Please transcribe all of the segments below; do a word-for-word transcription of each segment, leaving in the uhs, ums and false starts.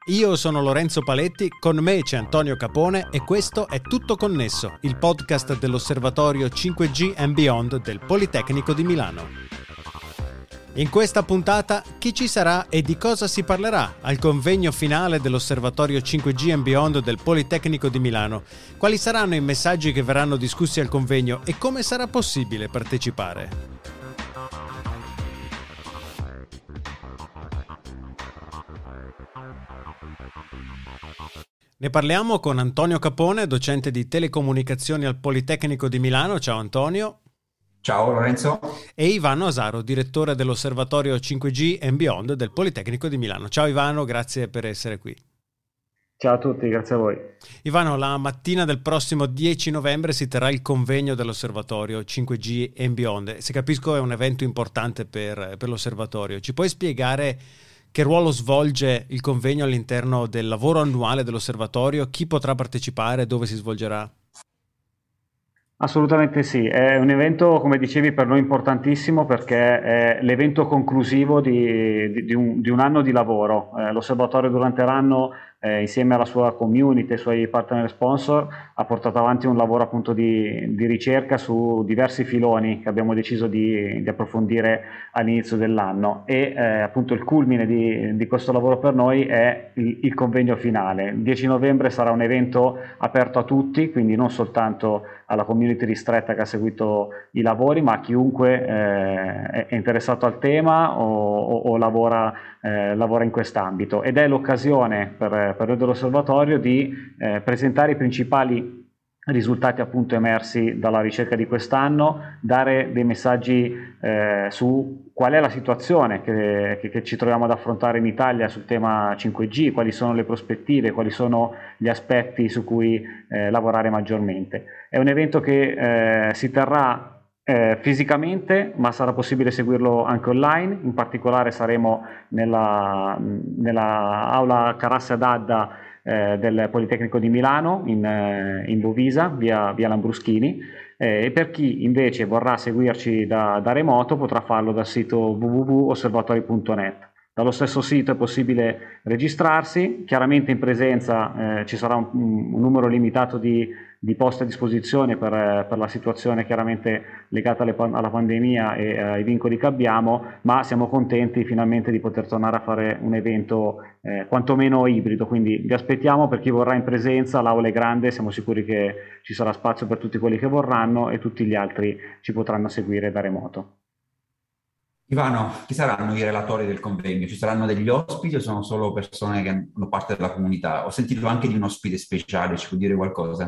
Io sono Lorenzo Paletti, con me c'è Antonio Capone e questo è Tutto Connesso, il podcast dell'Osservatorio cinque G and Beyond del Politecnico di Milano. In questa puntata chi ci sarà e di cosa si parlerà al convegno finale dell'Osservatorio cinque G and Beyond del Politecnico di Milano? Quali saranno i messaggi che verranno discussi al convegno e come sarà possibile partecipare? Ne parliamo con Antonio Capone, docente di telecomunicazioni al Politecnico di Milano. Ciao Antonio. Ciao Lorenzo. E Ivano Asaro, direttore dell'Osservatorio cinque G and Beyond del Politecnico di Milano. Ciao Ivano, grazie per essere qui. Ciao a tutti, grazie a voi. Ivano, la mattina del prossimo dieci novembre si terrà il convegno dell'Osservatorio cinque G and Beyond. Se capisco è un evento importante per, per l'Osservatorio. Ci puoi spiegare che ruolo svolge il convegno all'interno del lavoro annuale dell'Osservatorio? Chi potrà partecipare? Dove si svolgerà? Assolutamente sì, è un evento, come dicevi, per noi importantissimo perché è l'evento conclusivo di, di, di, un, di un anno di lavoro. Eh, l'Osservatorio durante l'anno, eh, insieme alla sua community, ai suoi partner sponsor, ha portato avanti un lavoro appunto di, di ricerca su diversi filoni che abbiamo deciso di, di approfondire all'inizio dell'anno e eh, appunto il culmine di, di questo lavoro per noi è il, il convegno finale. Il dieci novembre sarà un evento aperto a tutti, quindi non soltanto alla community ristretta che ha seguito i lavori, ma a chiunque eh, è interessato al tema o, o, o lavora, eh, lavora in quest'ambito, ed è l'occasione per, per noi dell'Osservatorio di eh, presentare i principali risultati appunto emersi dalla ricerca di quest'anno, dare dei messaggi eh, su qual è la situazione che, che, che ci troviamo ad affrontare in Italia sul tema cinque G, quali sono le prospettive, quali sono gli aspetti su cui eh, lavorare maggiormente. È un evento che eh, si terrà Eh, fisicamente, ma sarà possibile seguirlo anche online. In particolare saremo nella, nella aula Carrassia d'Adda eh, del Politecnico di Milano in, eh, in Bovisa, via, via Lambruschini, eh, e per chi invece vorrà seguirci da, da remoto potrà farlo dal sito w w w punto osservatori punto net. Dallo stesso sito è possibile registrarsi, chiaramente in presenza eh, ci sarà un, un numero limitato di, di posti a disposizione per, per la situazione chiaramente legata alle, alla pandemia e ai vincoli che abbiamo, ma siamo contenti finalmente di poter tornare a fare un evento eh, quantomeno ibrido, quindi vi aspettiamo. Per chi vorrà in presenza, l'aula è grande, siamo sicuri che ci sarà spazio per tutti quelli che vorranno e tutti gli altri ci potranno seguire da remoto. Ivano, chi saranno i relatori del convegno? Ci saranno degli ospiti o sono solo persone che hanno parte della comunità? Ho sentito anche di un ospite speciale, ci può dire qualcosa?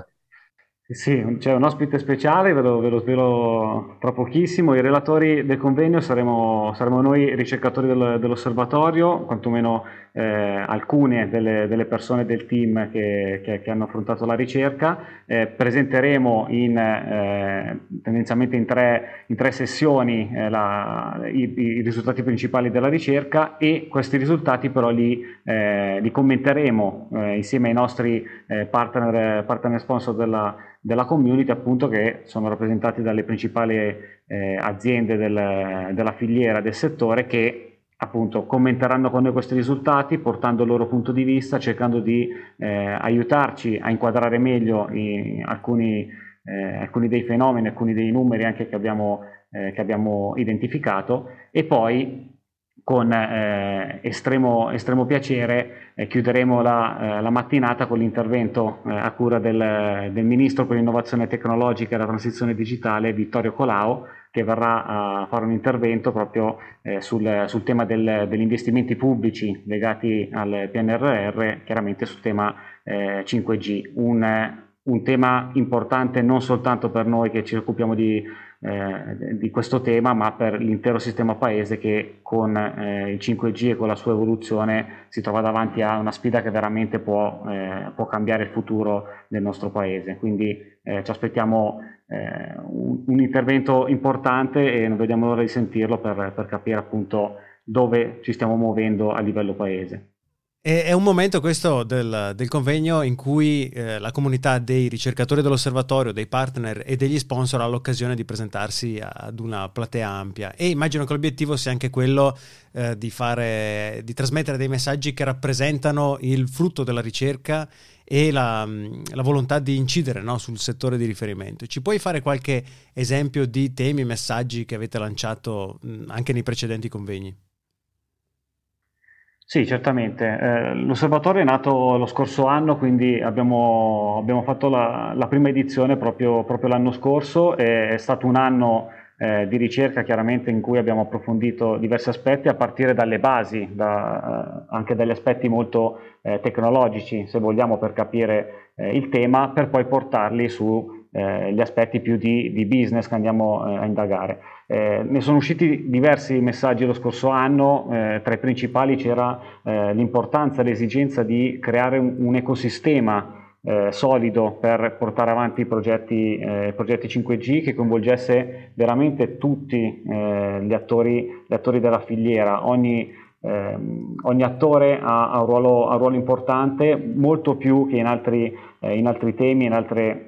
Sì, c'è un ospite speciale, ve lo, ve lo svelo tra pochissimo. I relatori del convegno saremo, saremo noi ricercatori del, dell'osservatorio, quantomeno eh, alcune delle, delle persone del team che, che, che hanno affrontato la ricerca. Eh, presenteremo in, eh, tendenzialmente in tre, in tre sessioni eh, la, i, i risultati principali della ricerca, e questi risultati però li, eh, li commenteremo eh, insieme ai nostri eh, partner, partner sponsor della della community, appunto, che sono rappresentati dalle principali eh, aziende del, della filiera del settore, che appunto commenteranno con noi questi risultati, portando il loro punto di vista, cercando di eh, aiutarci a inquadrare meglio i, alcuni, eh, alcuni dei fenomeni, alcuni dei numeri anche che abbiamo, eh, che abbiamo identificato, e poi con eh, estremo, estremo piacere eh, chiuderemo la, eh, la mattinata con l'intervento eh, a cura del, del Ministro per l'innovazione tecnologica e la transizione digitale, Vittorio Colao, che verrà a fare un intervento proprio eh, sul, sul tema del, degli investimenti pubblici legati al P N R R, chiaramente sul tema eh, cinque G, un, un tema importante non soltanto per noi che ci occupiamo di Eh, di questo tema, ma per l'intero sistema paese che con eh, il cinque G e con la sua evoluzione si trova davanti a una sfida che veramente può, eh, può cambiare il futuro del nostro paese. Quindi eh, ci aspettiamo eh, un, un intervento importante e non vediamo l'ora di sentirlo per, per capire appunto dove ci stiamo muovendo a livello paese. È un momento questo del, del convegno in cui eh, la comunità dei ricercatori dell'osservatorio, dei partner e degli sponsor ha l'occasione di presentarsi ad una platea ampia, e immagino che l'obiettivo sia anche quello eh, di fare, di trasmettere dei messaggi che rappresentano il frutto della ricerca e la, la volontà di incidere, no, sul settore di riferimento. Ci puoi fare qualche esempio di temi, messaggi che avete lanciato mh, anche nei precedenti convegni? Sì, certamente. Eh, l'osservatorio è nato lo scorso anno, quindi abbiamo, abbiamo fatto la, la prima edizione proprio, proprio l'anno scorso. E è stato un anno eh, di ricerca chiaramente in cui abbiamo approfondito diversi aspetti a partire dalle basi, da, eh, anche dagli aspetti molto eh, tecnologici, se vogliamo, per capire eh, il tema, per poi portarli su eh, gli aspetti più di, di business che andiamo eh, a indagare. Eh, ne sono usciti diversi messaggi lo scorso anno, eh, tra i principali c'era eh, l'importanza, l'esigenza di creare un, un ecosistema eh, solido per portare avanti i progetti, eh, progetti cinque G che coinvolgesse veramente tutti eh, gli attori, gli attori della filiera. Ogni, ehm, ogni attore ha, ha, un ruolo, ha un ruolo importante, molto più che in altri, eh, in altri temi, in altre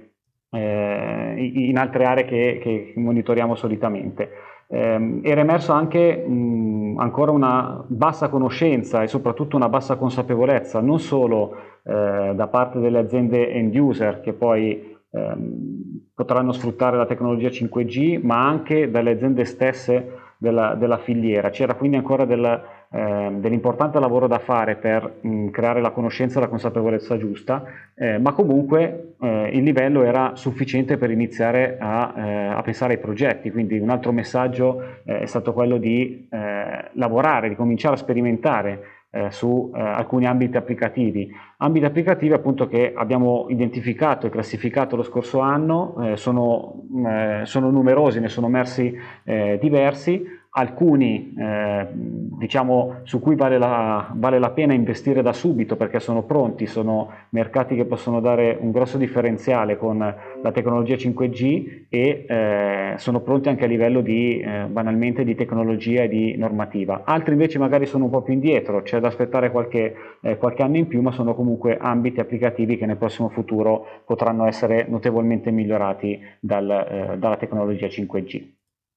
Eh, in altre aree che, che monitoriamo solitamente. Eh, era emerso anche mh, ancora una bassa conoscenza e soprattutto una bassa consapevolezza, non solo eh, da parte delle aziende end user che poi ehm, potranno sfruttare la tecnologia cinque G, ma anche dalle aziende stesse della, della filiera. C'era quindi ancora del, eh, dell'importante lavoro da fare per mh, creare la conoscenza e la consapevolezza giusta, eh, ma comunque eh, il livello era sufficiente per iniziare a, eh, a pensare ai progetti. Quindi un altro messaggio eh, è stato quello di eh, lavorare, di cominciare a sperimentare Eh, su eh, alcuni ambiti applicativi, ambiti applicativi appunto che abbiamo identificato e classificato lo scorso anno. Eh, sono, eh, sono numerosi, ne sono emersi eh, diversi, alcuni eh, diciamo su cui vale la, vale la pena investire da subito perché sono pronti, sono mercati che possono dare un grosso differenziale con la tecnologia cinque G e eh, sono pronti anche a livello di eh, banalmente di tecnologia e di normativa. Altri invece magari sono un po' più indietro, c'è da aspettare qualche, eh, qualche anno in più, ma sono comunque ambiti applicativi che nel prossimo futuro potranno essere notevolmente migliorati dal, eh, dalla tecnologia cinque G.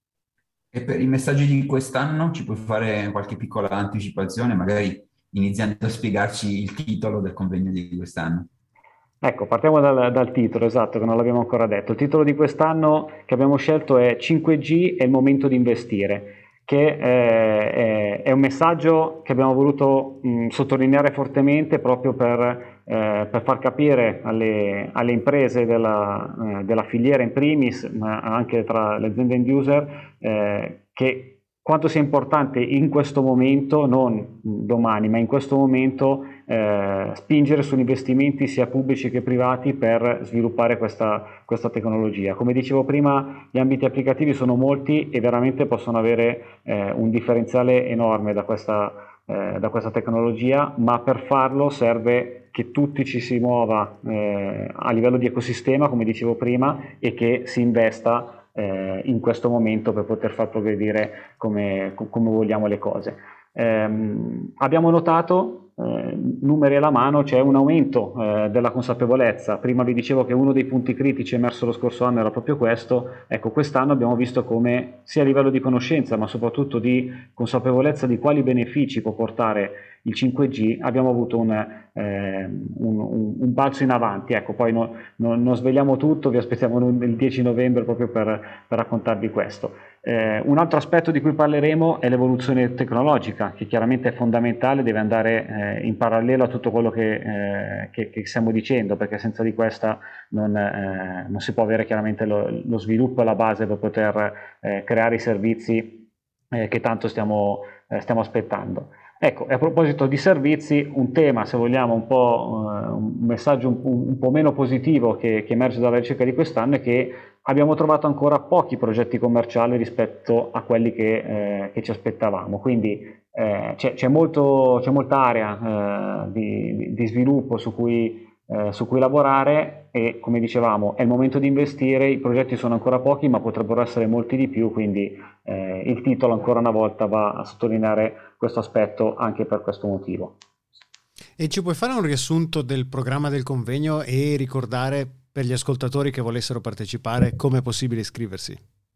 E per i messaggi di quest'anno ci puoi fare qualche piccola anticipazione, magari iniziando a spiegarci il titolo del convegno di quest'anno? Ecco, partiamo dal, dal titolo, esatto, che non l'abbiamo ancora detto. Il titolo di quest'anno che abbiamo scelto è cinque G è il momento di investire, che è, è un messaggio che abbiamo voluto mh, sottolineare fortemente proprio per, eh, per far capire alle, alle imprese della, eh, della filiera in primis, ma anche tra le aziende end user, eh, che quanto sia importante in questo momento, non domani, ma in questo momento, eh, spingere su investimenti sia pubblici che privati per sviluppare questa, questa tecnologia. Come dicevo prima, gli ambiti applicativi sono molti e veramente possono avere eh, un differenziale enorme da questa, eh, da questa tecnologia, ma per farlo serve che tutti ci si muova eh, a livello di ecosistema, come dicevo prima, e che si investa Eh, in questo momento per poter far progredire come, come vogliamo le cose. Eh, abbiamo notato, eh, numeri alla mano, c'è un aumento eh, della consapevolezza. Prima vi dicevo che uno dei punti critici emerso lo scorso anno era proprio questo. Ecco, quest'anno abbiamo visto come sia a livello di conoscenza ma soprattutto di consapevolezza di quali benefici può portare il cinque G abbiamo avuto un, eh, un, un, un balzo in avanti. Ecco, poi no, no, non svegliamo tutto, vi aspettiamo il dieci novembre proprio per, per raccontarvi questo. Eh, un altro aspetto di cui parleremo è l'evoluzione tecnologica, che chiaramente è fondamentale, deve andare eh, in parallelo a tutto quello che, eh, che, che stiamo dicendo, perché senza di questa non, eh, non si può avere chiaramente lo, lo sviluppo e la base per poter eh, creare i servizi eh, che tanto stiamo, eh, stiamo aspettando. Ecco, e a proposito di servizi, un tema, se vogliamo, un po' eh, un messaggio un, un po' meno positivo che, che emerge dalla ricerca di quest'anno è che abbiamo trovato ancora pochi progetti commerciali rispetto a quelli che, eh, che ci aspettavamo. Quindi eh, c'è, c'è, molto, c'è molta area eh, di, di sviluppo su cui, eh, su cui lavorare e, come dicevamo, è il momento di investire. I progetti sono ancora pochi, ma potrebbero essere molti di più, quindi eh, il titolo ancora una volta va a sottolineare questo aspetto anche per questo motivo. E ci puoi fare un riassunto del programma del convegno e ricordare per gli ascoltatori che volessero partecipare come è possibile iscriversi?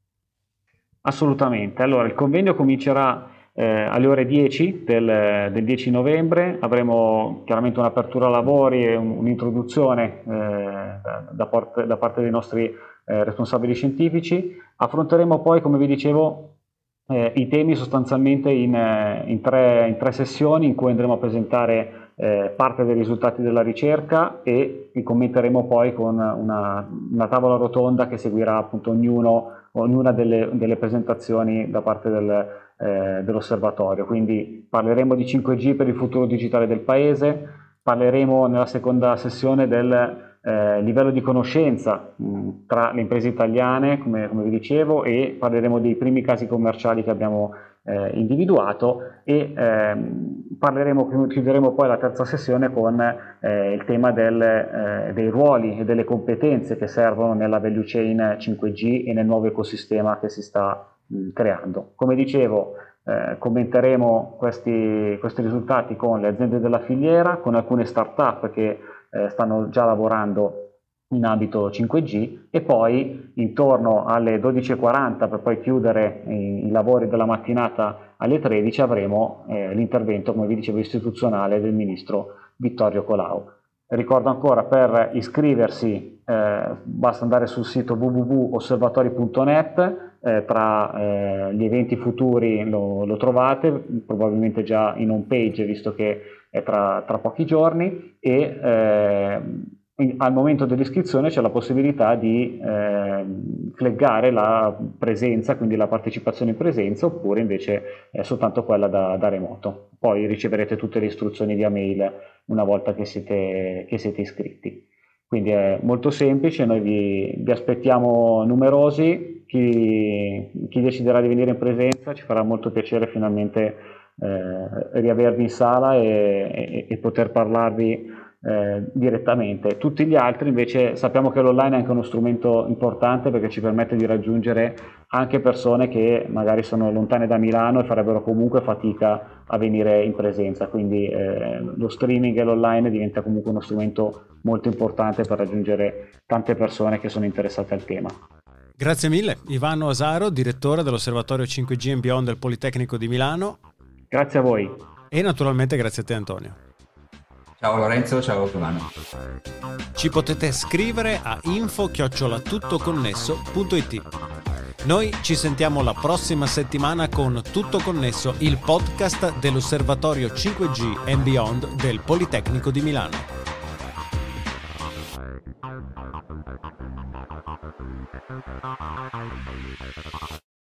Assolutamente. Allora, il convegno comincerà eh, alle ore dieci del, del dieci novembre. Avremo chiaramente un'apertura lavori e un, un'introduzione eh, da, da, parte, da parte dei nostri eh, responsabili scientifici. Affronteremo poi, come vi dicevo, eh, i temi sostanzialmente in, eh, in, tre, in tre sessioni in cui andremo a presentare Eh, parte dei risultati della ricerca e li commenteremo poi con una, una tavola rotonda che seguirà appunto ognuno, ognuna delle, delle presentazioni da parte del, eh, dell'osservatorio. Quindi parleremo di cinque G per il futuro digitale del paese, parleremo nella seconda sessione del eh, livello di conoscenza mh, tra le imprese italiane, come, come vi dicevo, e parleremo dei primi casi commerciali che abbiamo eh, individuato e ehm, parleremo, chiuderemo poi la terza sessione con eh, il tema del, eh, dei ruoli e delle competenze che servono nella value chain cinque G e nel nuovo ecosistema che si sta mh, creando. Come dicevo, eh, commenteremo questi, questi risultati con le aziende della filiera, con alcune start-up che eh, stanno già lavorando in ambito cinque G e poi intorno alle dodici e quaranta, per poi chiudere i, i lavori della mattinata alle tredici, avremo eh, l'intervento, come vi dicevo, istituzionale del ministro Vittorio Colao. Ricordo ancora, per iscriversi eh, basta andare sul sito w w w punto osservatori punto net, eh, tra eh, gli eventi futuri lo, lo trovate, probabilmente già in home page visto che è tra, tra pochi giorni, e eh, al momento dell'iscrizione c'è la possibilità di eh, flaggare la presenza, quindi la partecipazione in presenza, oppure invece eh, soltanto quella da, da remoto. Poi riceverete tutte le istruzioni via mail una volta che siete, che siete iscritti. Quindi è molto semplice, noi vi, vi aspettiamo numerosi, chi, chi deciderà di venire in presenza ci farà molto piacere finalmente eh, riavervi in sala e, e, e poter parlarvi Eh, direttamente. Tutti gli altri invece sappiamo che l'online è anche uno strumento importante perché ci permette di raggiungere anche persone che magari sono lontane da Milano e farebbero comunque fatica a venire in presenza, quindi eh, lo streaming e l'online diventa comunque uno strumento molto importante per raggiungere tante persone che sono interessate al tema. Grazie mille Ivano Asaro, direttore dell'Osservatorio cinque G and Beyond del Politecnico di Milano. Grazie a voi. E naturalmente grazie a te Antonio. Ciao Lorenzo, ciao Ivano. Ci potete scrivere a info chiocciola tuttoconnesso punto it. Noi ci sentiamo la prossima settimana con Tutto Connesso, il podcast dell'Osservatorio cinque G and Beyond del Politecnico di Milano.